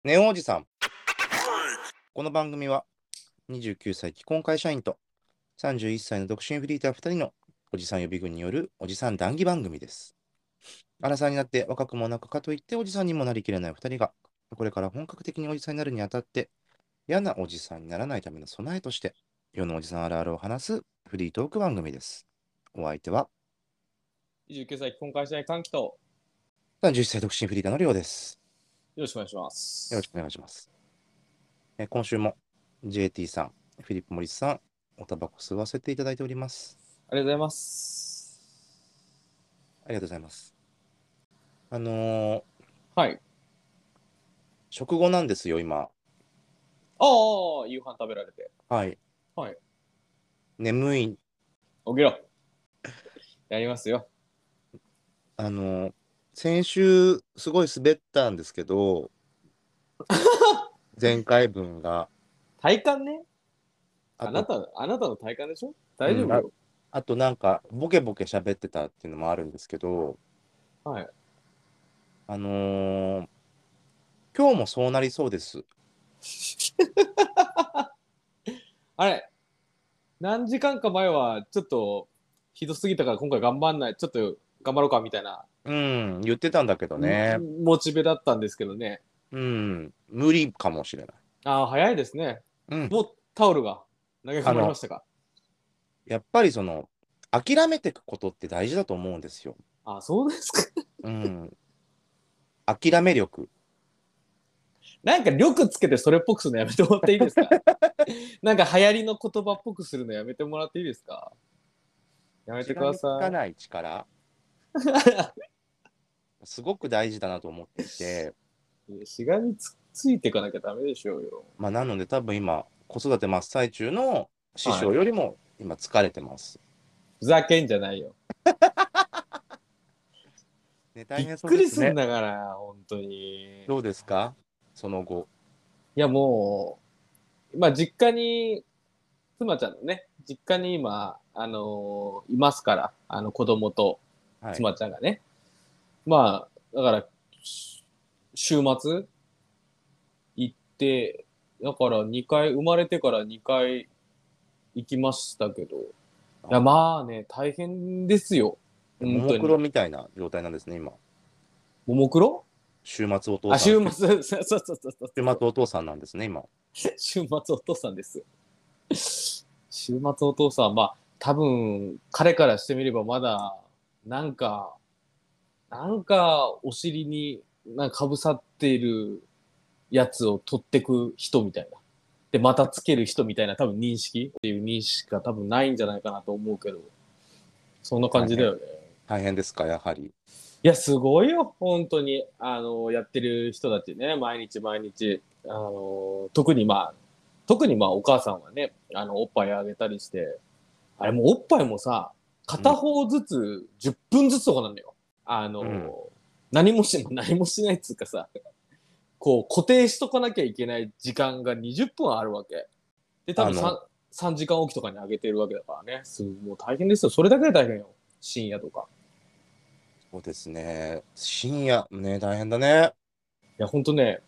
ネオおじさん。この番組は29歳既婚会社員と31歳の独身フリーター2人のおじさん予備軍によるおじさん談義番組です。アラサーになって若くもなくかといっておじさんにもなりきれない2人がこれから本格的におじさんになるにあたって嫌なおじさんにならないための備えとして世のおじさんあるあるを話すフリートーク番組です。お相手は 29歳、今回試合歓喜と 31歳独身フリーターのりょうです。 よろしくお願いしまよろしす。 くお願いします。今週も JT さん、フィリップ・モリスさん、おタバコ吸わせていただいております。 ありがとうございます。 ありがとうございます。あのーはい。 食後なんですよ、今。 ああ、夕飯食べられて。 はい。 はい。 眠い。 起きろ。やりますよ。 あのー先週、すごい滑ったんですけど、前回分が。 体感ね。 あと、 あなたの体感でしょ。 うん、あ、 大丈夫よ。 あとなんか、ボケボケ喋ってたっていうのもあるんですけど、 はい。 あのー今日もそうなりそうです。 あれ、何時間か前はちょっとひどすぎたから今回頑張んない、ちょっと頑張ろうかみたいな、 うん、言ってたんだけどね。 モチベだったんですけどね。 うん、無理かもしれない。 ああ、早いですね。 うん。 もうタオルが投げ込あの、 まれましたか。 やっぱり諦めていくことって大事だと思うんですよ。 ああ、そうですか。 うん。諦め力。 なんか力つけてそれっぽくするのやめてもらっていいですか。なんか流行りの言葉っぽくするのやめてもらっていいですか。やめてくだしがみつかさない力、すごく大事だなと思っていて、 い。しがみついていかなきゃダメでしょうよ。 まあ、なので多分今、子育て真っ最中の師はい。 匠よりも今疲れてます。 ふざけんじゃないよ。 ね、大びっ変そうくりすんですね。 だから、本当に。 どうですかその後。 いや、もう、まあ、実家に、妻ちゃんのね、実家に今、いますから、子供とはい。 妻ちゃんがね。まあ、だから、週末行って、だから2回、生まれてから2回行きましたけど、いや、 あ、 まあね、大変ですよ。 も本当に。 もクロみたいな状態なんですね、今。 ももクロ。 週末お父あ、 さん。 週末、そうそうそうそう週末そう。 お父さんなんですね、今。 週末お父さんです。週末お父さん、まあ、多分、彼からしてみればまだ、なんか、お尻になんか被さっているやつを取ってく人みたいな。で、またつける人みたいな多分認識っていう認識が多分ないんじゃないかなと思うけど、そんな感大変。 じだよね。 大変ですか、やはり。 いや、すごいよ、本当に。やってる人たちね、毎日毎日。特にまあ、お母さんはね、おっぱいあげたりして、あれもうおっぱいもさ、 うん。 片方ずつ10分ずつとかなんだよ。 うん。 何もしないっつうかさ、こう、固定しとかなきゃいけない時間が20分あるわけ。で、多分あの、 3時間おきとかにあげてるわけだからね。もう大変ですよ。それだけで大変よ。深夜とか。 そうですね。深夜、ね、大変だね。 いや、ほんとね、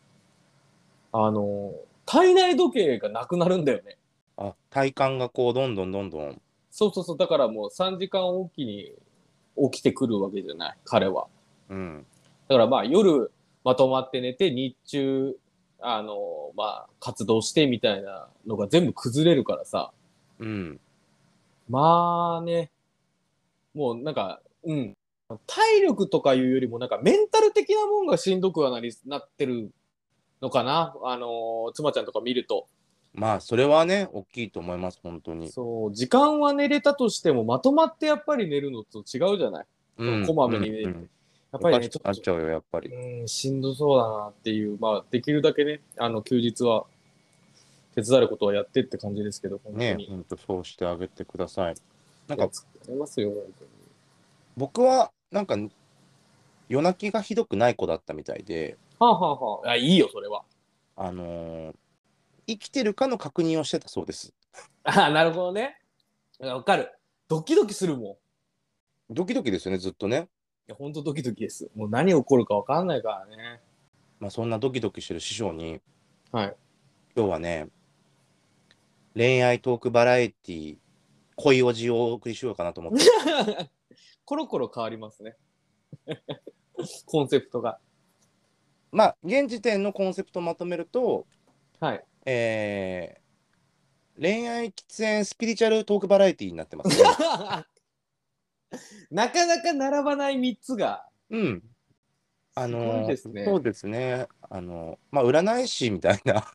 体内時計がなくなるんだよね。 あ、体感がこう、どんどんどんどん。 そうそうそう。だからもう3時間おきに起きてくるわけじゃない、彼は。 うん。 だからまあ夜まとまって寝て、日中、まあ活動してみたいなのが全部崩れるからさ。 うん。 まあね、もうなんか、うん。体力とかいうよりもなんかメンタル的なもんがしんどくなってるのかな。妻ちゃんとか見ると。 まあ、それはね、大きいと思います、本当に。 そう、時間は寝れたとしても、まとまってやっぱり寝るのと違うじゃない。そのこうん、 まめにうん、 寝る。 うん。おかしやっぱりね、ちょっと、 くなっちゃうよ、やっぱり。 しんどそうだなっていう、まあ、できるだけね、休日は手伝えることはやってって感じですけど、本当ね、 に。 本当そうしてあげてください。なんいや、 か、 疲れますよ、本当に。 僕は、夜泣きがひどくない子だったみたいで、 はあはあはあ。いや、いいよ、それは。 あのー生きてるかの確認をしてたそうです。 ああ、なるほどね。わかる。ドキドキするもん。いドキドキですよね、ずっとね。 や、本当ドキドキです。もう何起こるかわかんないからね。 まあ、そんなドキドキしてる師匠に、 はい。 今日はね、恋愛トークバラエティ恋おじをお送りしようかなと思って。 コロコロ変わりますね。コンセプトが。 まあ、現時点のコンセプトをまとめると、 はい。 恋愛喫煙スピリチュアルトークバラエティになってますね。 なかなか並ばない3つが。 うん。 すごいですね。 そうですね。まあ、占い師みたいな。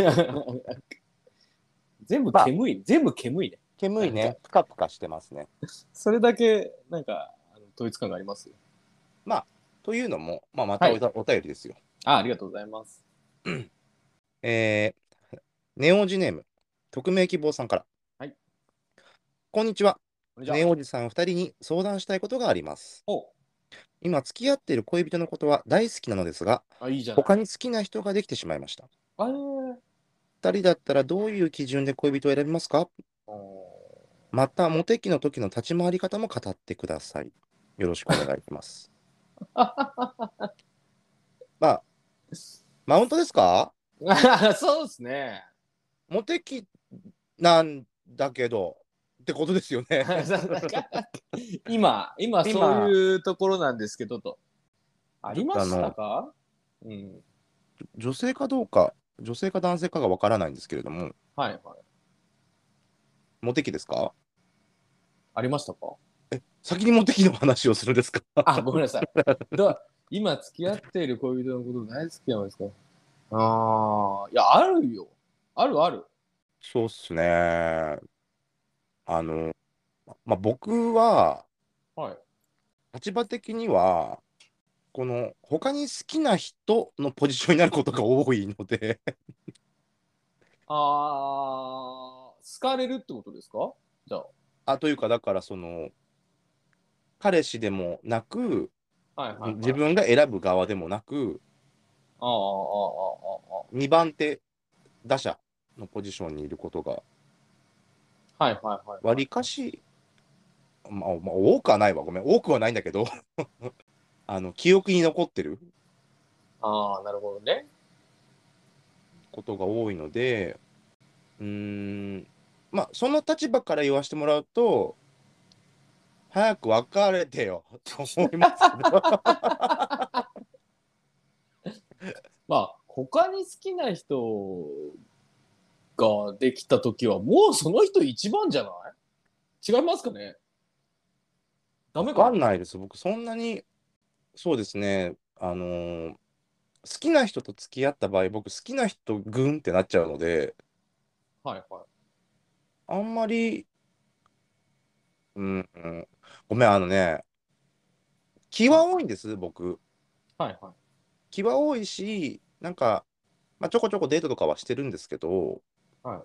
全部まあ、 煙い。全部煙いね。なんか、 煙いね、ぷかぷかしてますね。 それだけ、なんか、統一感がありますよ。 まあ、というのも、まあ、またはい。 お便りですよ。 ありがとうございます。 えネオジネーム、匿名希望さんから。 はい。 こんにちは。 こんにちは。 ネオおじさん2人に相談したいことがあります。 お、 今、付き合っている恋人のことは大好きなのですが、 いいじゃない。 他に好きな人ができてしまいました。 あれ 2人だったらどういう基準で恋人を選びますか？また、モテ期の時の立ち回り方も語ってください。よろしくお願いします。まあ、マウントですか？ そうですね。 モテ期なんだけど、ってことですよね。 今そう今、 いうところなんですけどと。あちょっりましたとか？うん。 女性かどうか、女性か男性かがわからないんですけれども、 はいはい。 モテ期ですか？ ありましたか？ 先にモテ期の話をするんですか？ あ、ごめんなさい。今付き合っている恋人のこと大好きなんですか？いや、あるよ。あるある。 そうっすね。あの、まあ、僕は、 はい。 立場的には、この、他に好きな人のポジションになることが多いので、 好かれるってことですか？じゃあ。 というか、だから、彼氏でもなく、 はいはいはい。 自分が選ぶ側でもなく、2番手打者のポジションにいることが、 はいはいはいわはい。 りかし、多くはないわ、ごめん、多くはないんだけど、記憶に残ってるなるほどね。 ことが多いので、まあ、その立場から言わせてもらうと、早く別れてよと思いますけど。 まあ、他に好きな人ができたときは、もうその人一番じゃない？違いますかね？ダわメかな？ かんないです。僕、そんなに、そうですね、好きな人と付き合った場合、僕、好きな人グンってなっちゃうので、 はいはい。 あんまり、ごめん、気ははい多いんです、僕。 はいはい。 気は多いし、なんか、まあ、ちょこちょこデートとかはしてるんですけど、 はい。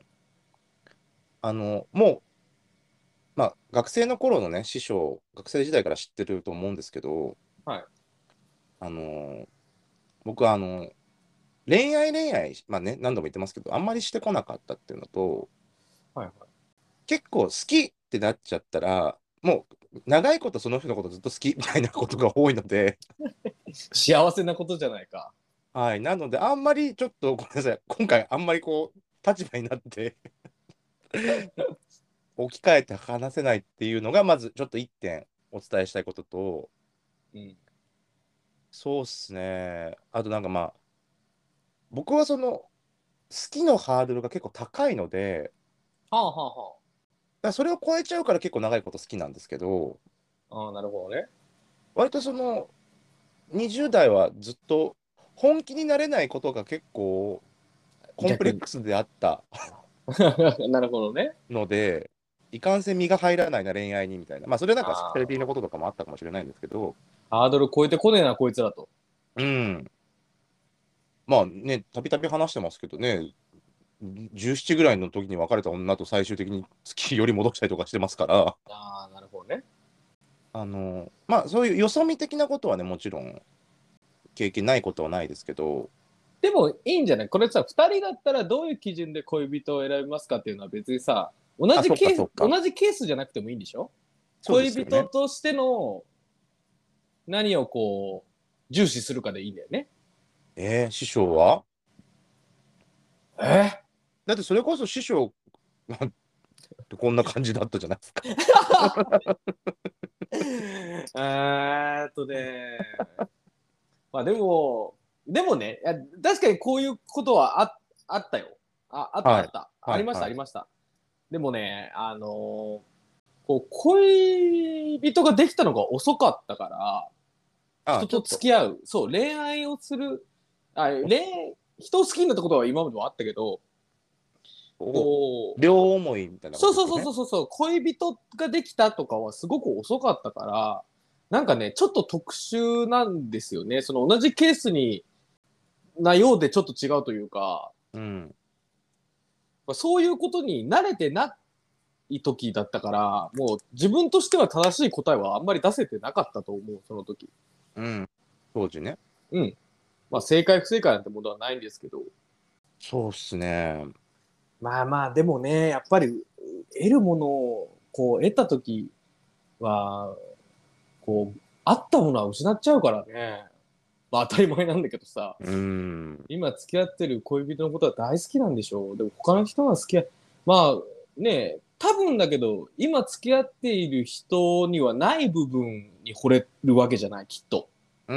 もう、まあ、学生の頃のね、師匠、学生時代から知ってると思うんですけど、 はい。 あの、僕は、恋愛、まあね、何度も言ってますけど、あんまりしてこなかったっていうのと、 はいはい。 結構好きってなっちゃったら、もう、長いことその人のことずっと好きみたいなことが多いので、 幸せなことじゃないか。 はい、なので、あんまりちょっと、ごめんなさい、今回、あんまりこう、立場になって置き換えて話せないっていうのが、まずちょっと一点お伝えしたいことと、 うん。 そうっすね。あとなんかまあ、僕は好きのハードルが結構高いので、 はあはあはだからそれを超えちゃうから結構長いこと好きなんですけど、 あ。なるほどね。 割と20代はずっと本気になれないことが結構コンプレ逆に。 ックスであったなるほどね。 ので、いかんせん身が入らないな恋愛にみたいな。まあそれはなんかセクシャリティあのこととかもあったかもしれないんですけど、 ハードル超えてこねえな、こいつらと。 うん。まあね、たびたび話してますけどね、17ぐらいの時に別れた女と最終的に月より戻したりとかしてますから、 なるほどね。 まあそういうよそ見的なことはね、もちろん経験ないことはないですけど、 でもいいんじゃない？これさ、2人だったらどういう基準で恋人を選びますかっていうのは別にさ、 そっかそっか。 同じケースじゃなくてもいいんでしょ？ そうで恋人すよね。 としての何をこう、重視するかでいいんだよね。 師匠はえだってそれこそ師匠なんてこんな感じだったじゃないですか。 ね、まあでもね、いや確かにこういうことはあったよ。あったはい。 あった。ありました、 はいはい。 ありました。でもね、こう、恋人ができたのが遅かったから、 あ、 人とちょっと。 付き合う、そう、恋愛をする、人を好きになったことは今までもあったけど、 おこう、 両思いみたいなこそうそうとですよね。 そうそうそう、恋人ができたとかはすごく遅かったから、なんかね、ちょっと特殊なんですよね。その同じケースなようでちょっと違うというか、 うん。 そういうことに慣れてない時だったから、もう自分としては正しい答えはあんまり出せてなかったと思う、その時。 うん。当時ね。 うん。まあ正解不正解なんてものはないんですけど。 そうっすね。 まあまあ、でもね、やっぱり得るものをこう得た時は、こう、あったものは失っちゃうからね。まあ当たり前なんだけどさ、 うん。 今付き合ってる恋人のことは大好きなんでしょう。でも他の人は好きや、まあね、多分だけど、今付き合っている人にはない部分に惚れるわけじゃない、きっと。 うん。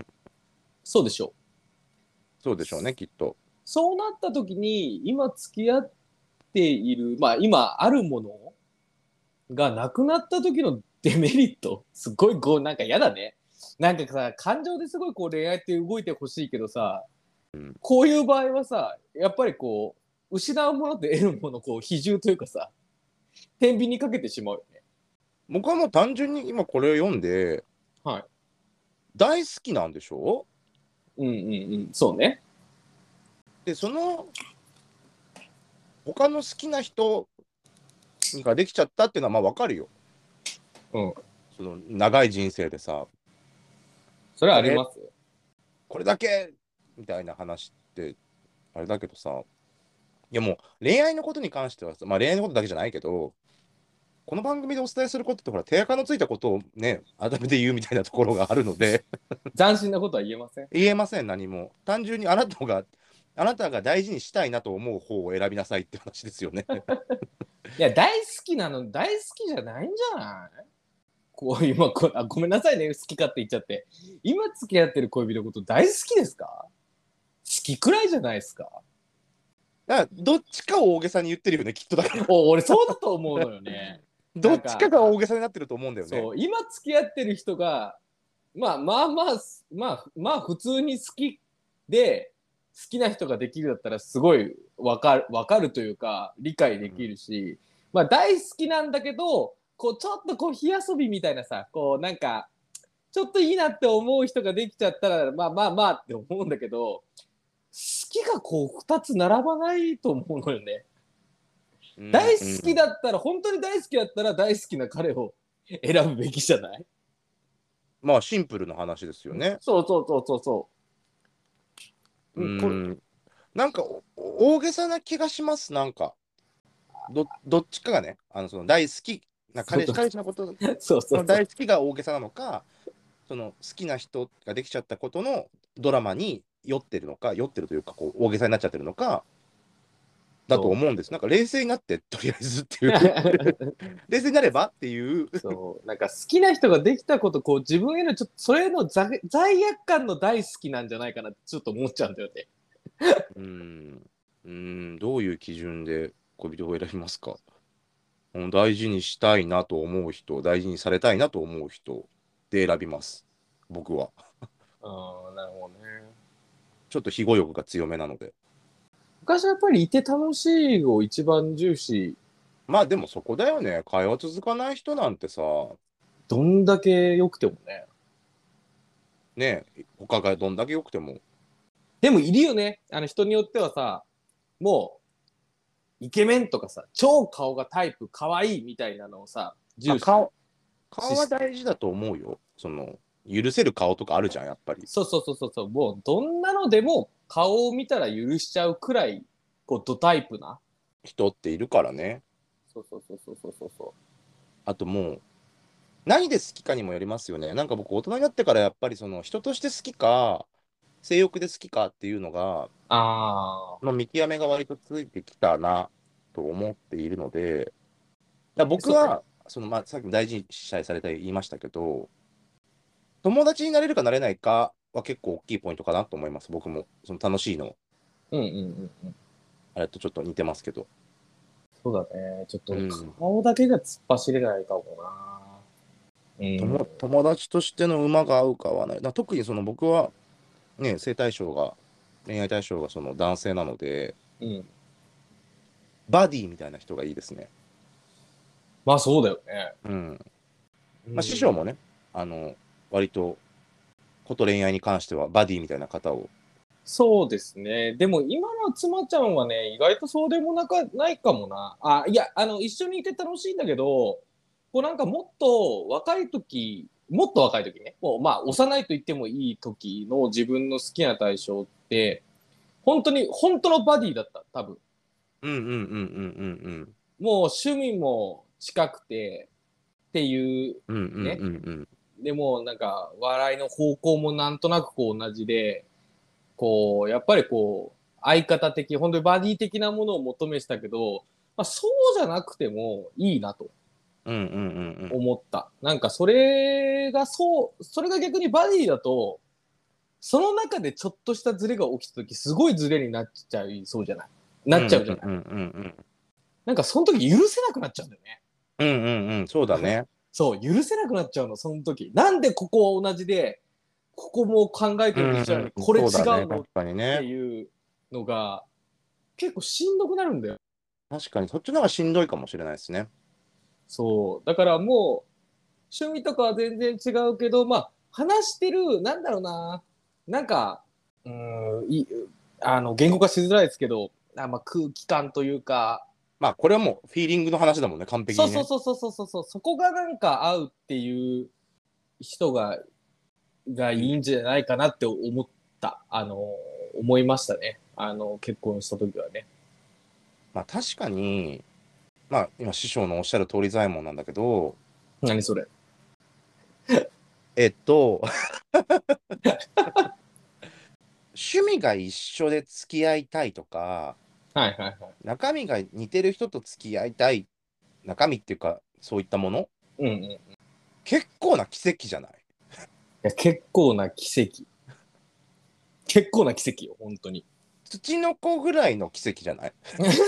そうでしょう。 そうでしょうね、きっと。 そうなった時に、今付き合っている、まあ今あるものがなくなった時のデメリット、すごいこう、なんか嫌だね。なんかさ、感情ですごいこう恋愛って動いてほしいけどさ、 うん。 こういう場合はさ、やっぱりこう、失うものって得るもの、こう、比重というかさ、天秤にかけてしまうよね。 僕はもう単純に今これを読んで、 はい。 大好きなんでしょうんうんうん。そうね。 で、その他の好きな人ができちゃったっていうのはまあわかるよ。 うん。 その長い人生でさ、 それはこれ、 あります。 これだけみたいな話ってあれだけどさ、いやもう恋愛のことに関してはさ、まあ恋愛のことだけじゃないけど、この番組でお伝えすることってほら、手垢のついたことをね、改めて言うみたいなところがあるので、 斬新なことは言えません。 言えません、何も。単純にあなたが大事にしたいなと思う方を選びなさいって話ですよね。 いや、大好きなの、大好きじゃないんじゃないこう、今ごめんなさいね、好きかって言っちゃって。今付き合ってる恋人のこと大好きですか？好きくらいじゃないですか？ だからどっちかを大げさに言ってるよね、きっとだから。 俺そうだと思うのよね。 どっちかなんか、 が大げさになってると思うんだよね。 そう、今付き合ってる人が、まあ、普通に好きで、好きな人ができるだったらすごいわかるというか、理解できうん。 るし、まあ大好きなんだけど、こう、ちょっとこう、火遊びみたいなさ、こう、なんか、ちょっといいなって思う人ができちゃったら、まあって思うんだけど、好きがこう、二つ並ばないと思うのよね。 う大ん。う好きん。 だったら、本当に大好きだったら大好きな彼を選ぶべきじゃない？ まあシンプルな話ですよね。 う。 ううん、これ、 ん。なんか大げさな気がします。なんかどっちかがね、その大好きなそう彼氏のこと、 そうそうそう。 その大好きが大げさなのか、その好きな人ができちゃったことのドラマに酔ってるのか、酔ってるというか、こう大げさになっちゃってるのか、だとそ思うんです。なんか冷静になって、とりあえずってう。 いう冷静になればっていう。 そう。なんか好きな人ができたこと、こう自分へのちょっと、それの罪悪感の大好きなんじゃないかなってちょっと思っちゃうんだよね。 うーん、どういう基準で恋人を選びますか？大事にしたいなと思う人、大事にされたいなと思う人で選びます。僕は。 ああ、なるほどね。 ちょっと非語欲が強めなので。 昔はやっぱりいて楽しいを一番重視、 まあでもそこだよね。会話続かない人なんてさ、 どんだけ良くてもね。 ね、他がどんだけ良くても。 でもいるよね。人によってはさ、もう、イケメンとかさ、超顔がタイプ、可愛いみたいなのをさ、 あ、 重視顔は大事だと思うよ。許せる顔とかあるじゃん、やっぱり。 そう、もう、どんなのでも顔を見たら許しちゃうくらい、こう、ドタイプな。 人っているからね。 そう。 あともう、何で好きかにもよりますよね。なんか僕、大人になってからやっぱり人として好きか、 性欲で好きかっていうのが、 あの見極めが割とついてきたなと思っているので、だから僕そは、まあ、さっきも大事にしたいされたり言いましたけど、友達になれるかなれないかは結構大きいポイントかなと思います。僕も、その楽しいの、 うんうんうんうん。 あれとちょっと似てますけど。 そうだね。ちょっとうん。 顔だけが突っ走れないかもな。うん。 友達としての馬が合うかはない。特に僕は、ね、恋愛対象がその男性なので、 うん。 バディみたいな人がいいですね。 まあそうだよね。 うん。まあ、師匠うん。 もね、割と、こと恋愛に関してはバディみたいな方を。 そうですね。でも今の妻ちゃんはね、意外とそうでもないかもな。あ、いや、一緒にいて楽しいんだけど、こうなんかもっと若い時ね、もうまあ幼いと言ってもいい時の自分の好きな対象って、本当のバディだった、多分。 うんうんうんうんもう趣味も近くてっていううんうんうんうんね。 うんでもなんか笑いの方向もなんとなくこう同じで、こう、やっぱりこう、相方的、本当にバディ的なものを求めてたけど、まあ、そうじゃなくてもいいなとうんうんうん思った。なんかそれが逆にバディだと、その中でちょっとしたズレが起きた時、すごいズレになっちゃいそうじゃないなっちゃうじゃない。 うんうんうんなんかその時許せなくなっちゃうんだよね。 うんうんうんそうだね。 そう、許せなくなっちゃうの、その時。なんでここは同じで、ここも考えてるの一緒なのに、 うんうんこれ違そうだね。 うのっ確かにてね。 いうのが、結構しんどくなるんだよ。 確かにそっちの方がしんどいかもしれないですね。 そう。だからもう、趣味とかは全然違うけど、まあ、話してる、なんだろうな。なんか、うーん、い言語化しづらいですけど、まあ、空気感というか、 まあこれはもうフィーリングの話だもんね、完璧そうにね。 そうそうそうそうそう、そこがなんか合うっていう人がいいい。 いんじゃないかなって思った。思いましたね。結婚した時はね。 まあ確かに、まあ今師匠のおっしゃる通り左衛門なんだけど、 何それ。 えっと、趣味が一緒で付き合いたいとか、 はいはいはい。 中身が似てる人と付き合いたい、中身っていうか、そういったもの、 うんうん。い結構な奇跡じゃない？ や、結構な奇跡。結構な奇跡よ、本当に。 土の子ぐらいの奇跡じゃない？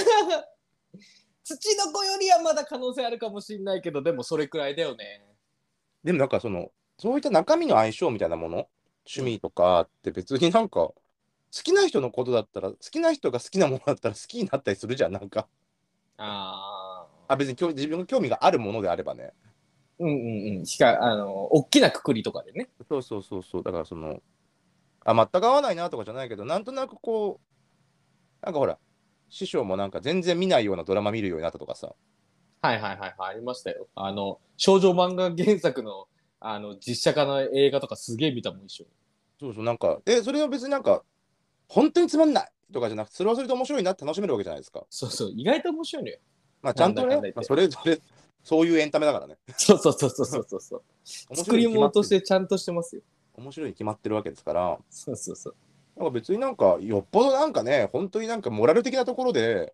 土の子よりはまだ可能性あるかもしれないけど、でもそれくらいだよね。 でもなんかそういった中身の相性みたいなもの、趣うん。 味とかって別になんか、好きな人のことだったら、好きな人が好きなものだったら好きになったりするじゃん、なんか。 ああ。 あ、別に自分が興味があるものであればね。 うんうんうん。大きなくくりとかでね。 そうそうそうそう。だから全く合わないなとかじゃないけど、なんとなくなんかほら、師匠もなんか全然見ないようなドラマ見るようになったとかさ。 はいはいはいはい。ありましたよ。少女漫画原作の、実写化の映画とかすげえ見たもん、一緒に。 そうそう、なんか、それは別になんか、本当につまんないとかじゃなくて、それはそれで面白いなって楽しめるわけじゃないですか。 そうそう。意外と面白いのよ。 まあ、ちゃなんんとね、 だかんだ言って。 そういうエンタメだからね。 そうそうそうそうそうそう。 面白いに作り物決まってる。 としてちゃんとしてますよ。 面白いに決まってるわけですから、 そうそうそう。 なんか別になんか、よっぽどなんかね、本当になんかモラル的なところで、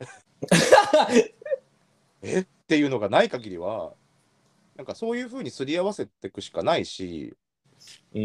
っていうのがない限りは、なんかそういうふうにすり合わせていくしかないし、 うん。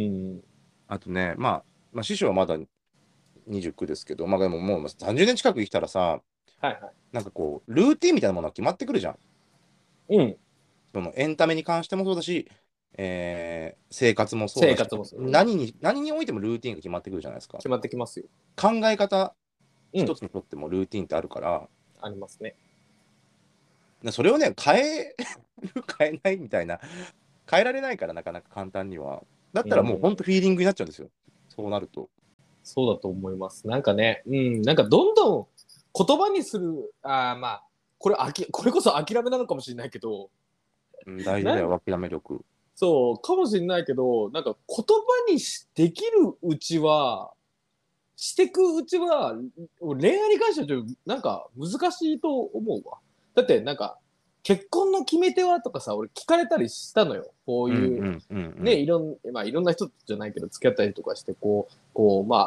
あとね、まあ師匠はまだ29ですけど、まあでももう30年近く生きたらさ、 はいはい。 なんかルーティンみたいなものは決まってくるじゃん。 うん。 そのエンタメに関してもそうだし、生活もそう生だし、 活もそうね。 何においてもルーティンが決まってくるじゃないですか。 決まってきますよ。 考え方うん。 一つにとってもルーティンってあるから、 ありますね。 それをね、変えないみたいな、変えられないからなかなか簡単には。だったらもううん。 本当フィーリングになっちゃうんですよ。そうなると。 そうだと思います。なんかね、うん。なんかどんどん言葉にする、まあ、これこそ諦めなのかもしれないけど、 うん、大事なんだよ、諦め力。 そう、かもしれないけど、なんか言葉にできるうちは、してくうちは、恋愛に関してはちょっとなんか難しいと思うわ。だってなんか、結婚の決め手はとかさ、俺聞かれたりしたのよ。こういう、 うんうんうんうね、 ん。 まあいろんな人じゃないけど付き合ったりとかして、まあ、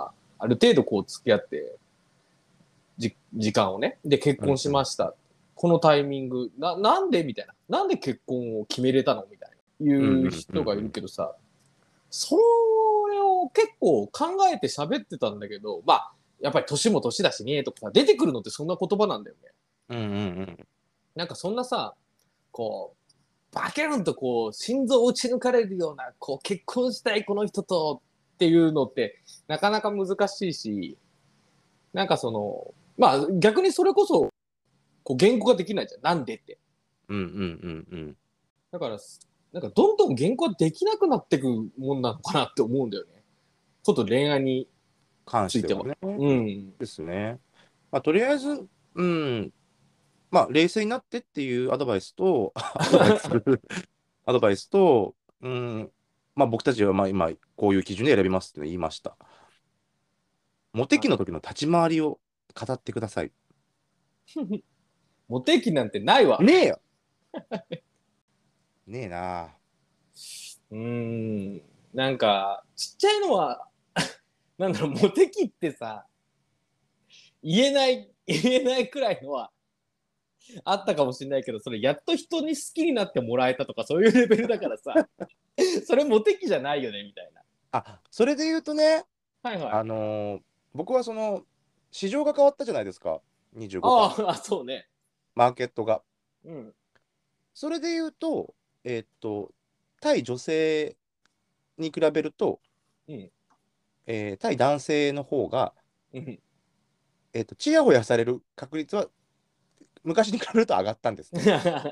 ある程度こう付き合って、時間をね。で、結婚しました。このタイミング、なんでみたいな。なんで結婚を決めれたのみたいな。いう人がいるけどさ、それを結構考えて喋ってたんだけど、まあ、やっぱり年も年だしね、とかさ、出てくるのってそんな言葉なんだよね。 うんうんうん。 なんかそんなさ、こう、バケンとこう、心臓を打ち抜かれるような、こう、結婚したいこの人とっていうのって、なかなか難しいし、なんかその、まあ逆にそれこそ、こう、言語ができないじゃん。なんでって。 うんうんうんうん。 だから、なんかどんどん言語ができなくなっていくもんなのかなって思うんだよね。ちょっと恋愛については。 関してはね。 うん。 ですね。まあ、とりあえず、うん、まあ、冷静になってっていうアドバイスと、アドバイス、アドバイスと、うん、まあ、僕たちはまあ今、こういう基準で選びますって言いました。モテ期の時の立ち回りを語ってください。 モテ期なんてないわ。 ねえよ。ねえな。 うーん。なんか、ちっちゃいのは、なんだろう、モテ期ってさ、言えないくらいのはあったかもしれないけど、それやっと人に好きになってもらえたとかそういうレベルだからさ、それモテ期じゃないよね、みたいな。 あ、それで言うとね、 はいはい。 あのー僕はその、市場が変わったじゃないですか。25%。 ああ、そうね。 マーケットが。 うん。 それで言うと、対女性に比べると、 うん。 対男性の方が、 うん。 ちやほやされる確率は昔に比べると上がったんですね。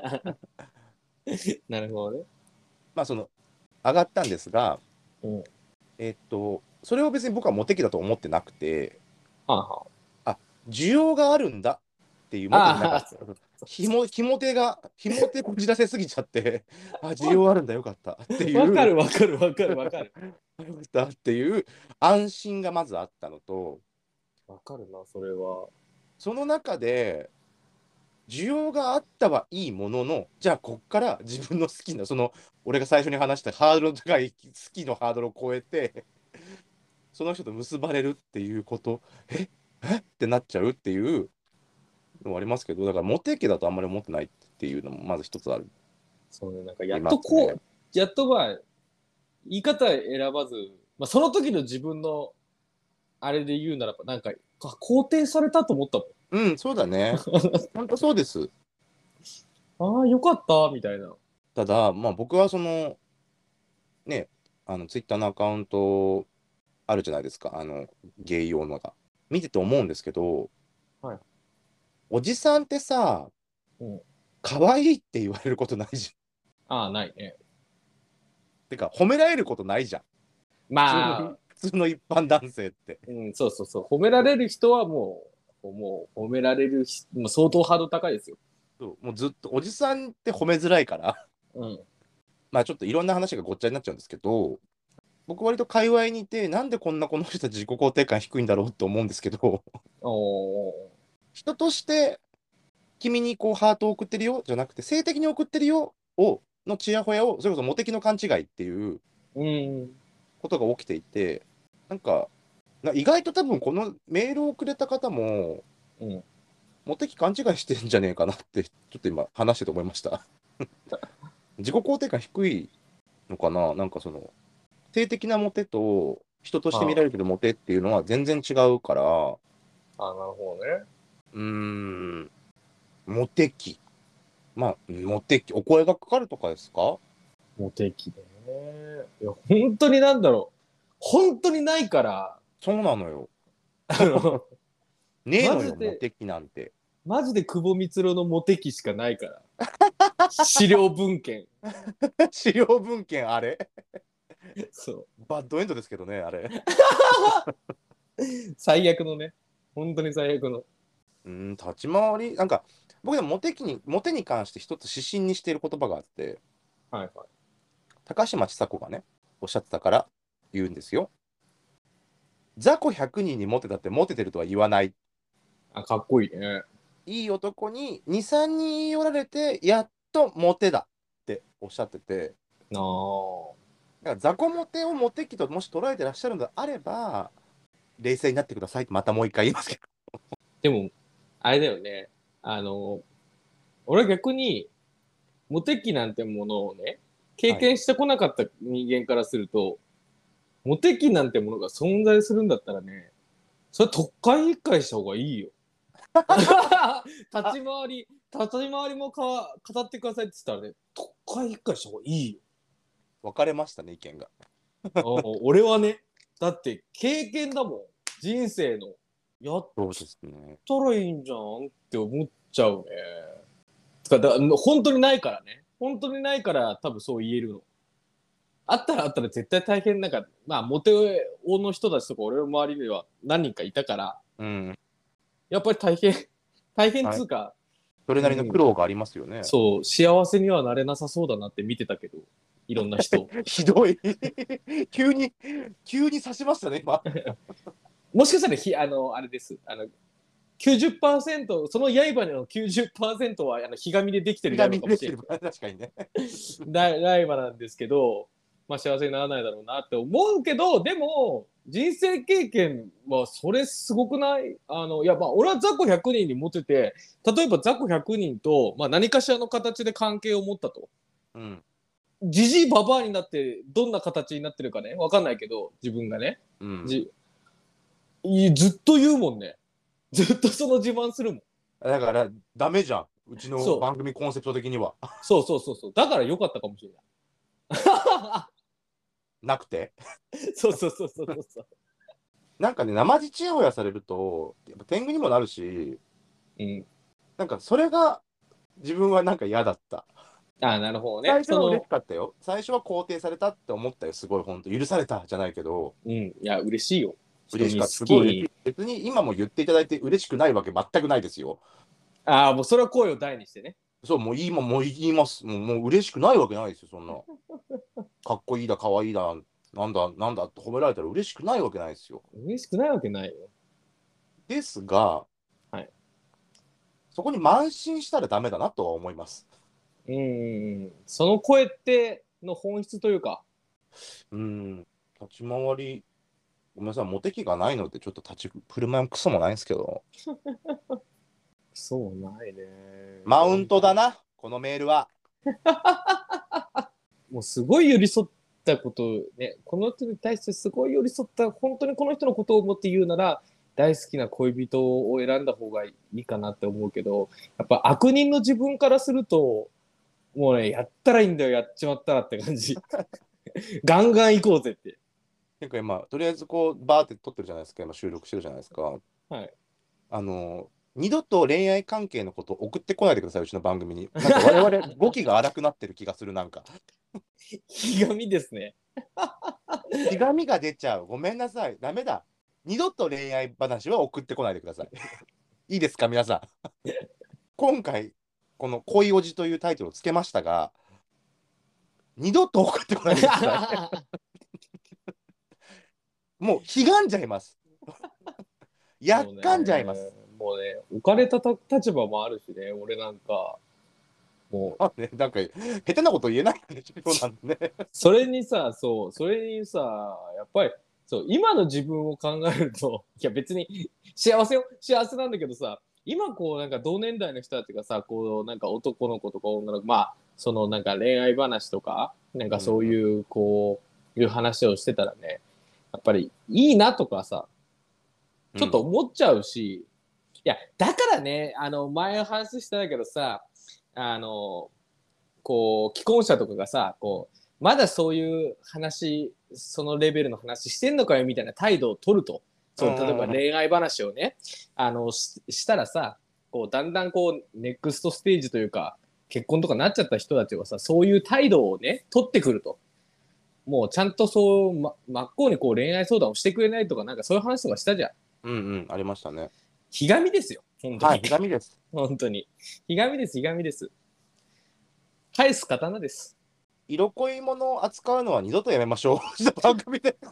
なるほどね。 まあ、上がったんですが、 うん。 それを別に僕はモテ期だと思ってなくて、 はあはあ、需要があるんだっていう、もっとなんあ。あか、 あ、 ひも手こじらせすぎちゃって、あ、需要あるんだ、よかったっていう、 わかるわかるわかるわかる。 よかったっていう安心がまずあったのと、 わかるな、それは。 その中で、需要があったはいいものの、じゃあ、こっから自分の好きな、俺が最初に話したハードルの高い好きのハードルを超えて、その人と結ばれるっていうこと、ってなっちゃうっていうのはありますけど、だからモテ期だとあんまり思ってないっていうのもまず一つそうね、なんかやっありますね。 とこう、やっとまあ、言い方選ばず、まあその時の自分のあれで言うならば、なんか、肯定されたと思ったうん、そうだね。本当そうです。 もん。ああ、よかった、みたいな。 ただ、まあ僕はね、ツイッターのアカウントあるじゃないですか、ゲイ用のが。見てて思うんですけど、 はい。 おじさんってさ、 うん。 可愛いって言われることないじゃん。 ああ、ないね。 てか、褒められることないじゃん。 まあ、 普通の一般男性って。 うん、そうそうそう。褒められる人はもう褒められるもう相当ハードル高いですよ。 そうもうずっと、おじさんって褒めづらいから、 うん。 まあちょっといろんな話がごっちゃになっちゃうんですけど、僕割と界隈にいて、なんでこんなこの人たち自己肯定感低いんだろうって思うんですけど、 おー。 人として君にこうハートを送ってるよじゃなくて、性的に送ってるよのちやほやを、それこそモテキの勘違いっていううん。 ことが起きていて、なんか、意外と多分このメールをくれた方も、 うん。 モテ期勘違いしてんじゃねえかなって、ちょっと今話してて思いました。自己肯定感低いのかな、なんか性的なモテと人として見らあれてるモテっていうのは全然違うから、 あ、なるほどね。 うーん、モテ期。まあ、モテ期、お声がかかるとかですか？ モテ期ね。いや、本当になんだろう。本当にないから、 そうなのよ。 あの、 ねえのよ、モマジで、 テ期なんて。 マジで久保光郎のモテ期しかないから。資料文献。 資料文献あれそう。 バッドエンドですけどね、あれ。 最悪のね。本当に最悪の。 立ち回り、なんか、僕でもモテに関して一つ指針にしている言葉があって、 はいはい。 高嶋ちさ子がね、おっしゃってたから言うんですよ。雑魚100人にモテたってモテてるとは言わない。 あ、かっこいいね。 いい男に2、3人言い寄られて、やっとモテだっておっしゃってて、 なあ。 だから雑魚モテをモテ期ともし捉えてらっしゃるのであれば、 冷静になってくださいってまたもう一回言いますけど。 でも、あれだよね。俺は逆に、モテ期なんてものをね、経験してこなかった人間からすると、モテ期なんてものが存在するんだったらね、それ特会引っかえした方がいいよ。立ち回りも語ってくださいって言ったらね、特会引っかえした方がいいよ。 分かれましたね、意見が。 俺はね、だって経験だもん。人生の。やっそうですね。 たらいいんじゃんって思っちゃうね。本当にないからね。本当にないから多分そう言えるの。あったら絶対大変なんか、まあ、モテ男の人たちとか俺の周りには何人かいたから、 うん。 やっぱり大変っつうか、 それなりの苦労がありますよね。 そう、幸せにはなれなさそうだなって見てたけど、いろんな人。 ひどい。急に刺しましたね、今。 もしかしたらあれです。90%、その刃の90%はひがみでできてる刃かもしれない。 確かにね。 刃なんですけど、まあ幸せにならないだろうなって思うけど、でも、人生経験はそれすごくないいや、まあ、俺は雑魚100人に持ってて、例えば雑魚100人と、まあ何かしらの形で関係を持ったと。 うん。 じじいばばあになってどんな形になってるかね、わかんないけど、自分がね。 うん。 ずっと言うもんね。ずっとその自慢するもん。 だから、ダメじゃん。うちのそ番組コンセプト的には。 そうそうそうそう。だから良かったかもしれない。 なくて。 そうそうそうそうそう。 なんかね、生地ちやほやされると、やっぱ天狗にもなるし、 うん。 なんかそれが自分はなんか嫌だった。 ああ、なるほどね。 最初は嬉しかったよ。最初は肯定されたって思ったよ。すごい、本当許されたじゃないけど、 うん。いや、嬉しいよ。人に好嬉しかった。すごい嬉しき。 い。別に今も言っていただいて嬉しくないわけ全くないですよ。 ああ、もうそれは声を大にしてね。 そう、もう言います。もう嬉しくないわけないですよ、そんな。かっこいいだ、かわいいだ、なんだって褒められたら嬉しくないわけないですよ。 嬉しくないわけないよ。 ですが、 はい。 そこに慢心したらダメだなとは思います。 その声っての本質というか、 うん、立ち回り、ごめんなさい、モテ期がないので、ちょっと立ち振る舞いもクソもないんですけど、 そうないね。 マウントだな、このメールは。 もうすごい寄り添ったことね、この人に対してすごい寄り添った、本当にこの人のことを思って言うなら、大好きな恋人を選んだ方がいいかなって思うけど、やっぱ悪人の自分からすると、もうね、やったらいいんだよ、やっちまったらって感じ。ガンガン行こうぜって。 結構今、とりあえずこう、バーって撮ってるじゃないですか、今収録してるじゃないですか。 はい。 二度と恋愛関係のこと送ってこないでください、うちの番組に。なんか我々、語気が荒くなってる気がする、なんか。 ひがみですね。 ひがみが出ちゃう。ごめんなさい。ダメだ。二度と恋愛話は送ってこないでください。いいですか、皆さん。今回、この恋おじというタイトルをつけましたが、二度と送ってこないでください。もう、ひがんじゃいます。やっかんじゃいます。 もうね、置かれた立場もあるしね、俺なんか、もう、 まあね、なんか、下手なこと言えないよね、そうなんでね。 それにさ、やっぱり、そう、今の自分を考えると、いや別に幸せよ、幸せなんだけどさ、今こうなんか同年代の人たちがさ、こうなんか男の子とか女の子、まあ、そのなんか恋愛話とか、なんかそういう、こう、いう話をしてたらね、やっぱりいいなとかさ、ちょっと思っちゃうし、いや、だからね、前話したんだけどさ、あの、こう、既婚者とかがさ、こう、まだそういう話、そのレベルの話してんのかよみたいな態度を取ると。そう、例えば恋愛話をね、したらさ、こう、だんだんこう、ネクストステージというか、結婚とかなっちゃった人たちはさ、そういう態度をね、取ってくると。もうちゃんとそう、真っ向にこう恋愛相談をしてくれないとか、なんかそういう話とかしたじゃん。 うんうん、ありましたね。 ひがみですよ、本当に。 はい、ひがみです。 本当に。ひがみです、ひがみです。返す刀です。 色恋ものを扱うのは二度とやめましょう。番組で。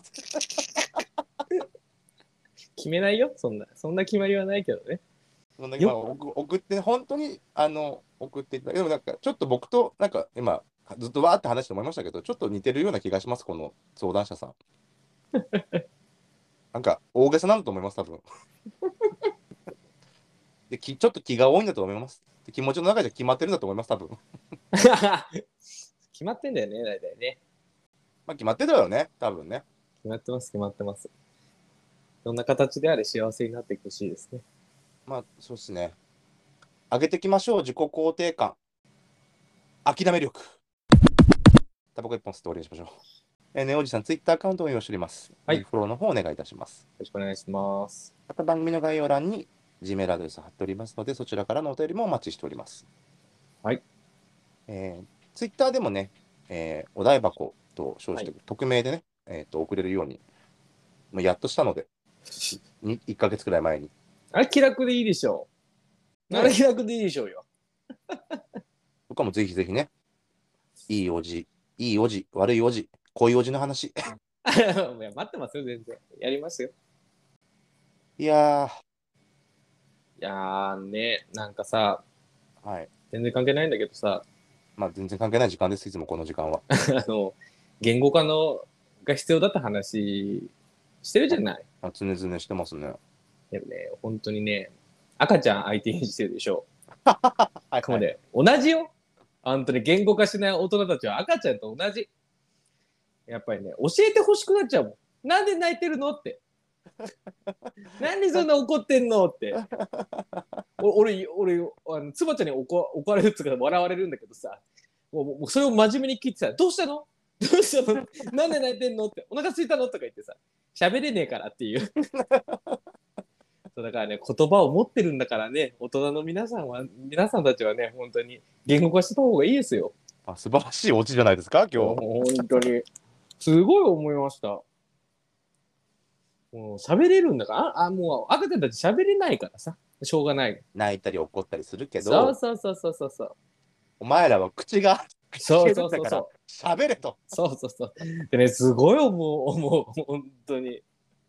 決めないよ、そんな決まりはないけどね。 今送って、本当に送っていただいて、でもなんかちょっと僕となんか今、ずっとわーって話して思いましたけど、ちょっと似てるような気がします、この相談者さん。 なんか大げさなんだと思います、多分。で、ちょっと気が多いんだと思います。で気持ちの中で決まってるんだと思います、多分。 決まってんだよね、大体ね。 まあ決まってるだろうね、多分ね。 決まってます、決まってます。どんな形であれ幸せになっていってほしいですね。 まあそうですね。上げていきましょう、自己肯定感。諦め力。タバコ一本吸って終わりにしましょう。ネオおじさん、ツイッターアカウントを用意しております。 はいぜひフォローの方お願いいたします。 よろしくお願いします。 また番組の概要欄に Gmail アドレス貼っておりますので、そちらからのお便りもお待ちしております。 はい。 ツイッターでもね、お台箱と称して、 はい匿名でね、送れるように、もうやっとしたので、1ヶ月くらい前に。 あれ気楽でいいでしょう。あれ気楽でいいでしょうよ。 僕はもうぜひぜひね、いいおじ、悪いおじ、恋おじの話。 いや、待ってますよ、全然。やりますよ。 いやいやーね、なんかさ、 ー、はい。 全然関係ないんだけどさ、 まあ全然関係ない時間です、いつもこの時間は。 言語化が必要だった話してるじゃない。 常々してますね。 でもね、本当にね、赤ちゃん相手にしてるでしょ。 はい、 これね、同じよ。本当に言語化しない大人たちは赤ちゃんと同じ。やっぱりね、教えてほしくなっちゃうもん。なんで泣いてるのって。なんでそんな怒ってんのって。俺、妻ちゃんに怒られるっていうか笑われるんだけどさ、もうそれを真面目に聞いてさ、どうしたのどうしたのなんで泣いてんのって、お腹空いたのとか言ってさ、喋れねえからっていう。そうだからね、言葉を持ってるんだからね、大人の皆さんたちはね、本当に言語化した方がいいですよ。 素晴らしいオチじゃないですか、今日。 もう本当に。すごい思いました。もう喋れるんだから、もう赤ちゃんたち喋れないからさ、しょうがない。 泣いたり怒ったりするけそうど、 そうそうそうそうそう。 お前らは口がそう聞けるんだからそうそうそう。 喋れと。 そうそうそう。でね、すごい思う、本当に。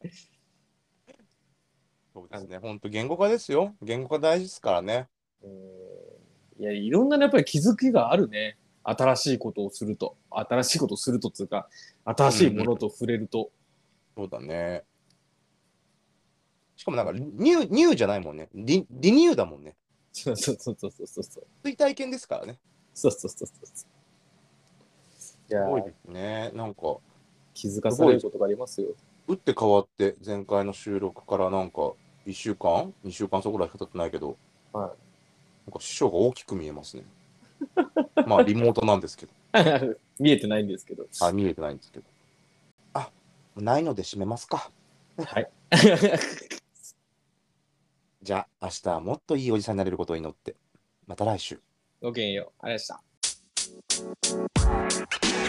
そうですね、本当言語化ですよ。言語化大事ですからね。 いや、いろんなね、やっぱり気づきがあるね。新しいことをすると。新しいことをするとっていうか、新しいものと触れると。 そうだね。しかもなんかニューじゃないもんね。リニューだもんね。 そうそうそうそうそうそう。 追体験ですからね。 そうそうそうそう。いやすごいですね。なんか、 気づかされることがありますよ。 打って変わって前回の収録からなんか1週間 ?2 週間そこらいしか経ってないけど、 はなんか師匠が大きく見えますね。まあリモートなんですけど。 い。見えてないんですけど。 見えてないんですけど。ないので締めますか。 はい。 じゃあ明日はもっといいおじさんになれることを祈って。また来週。 ごきげんよう。ありがとうございました。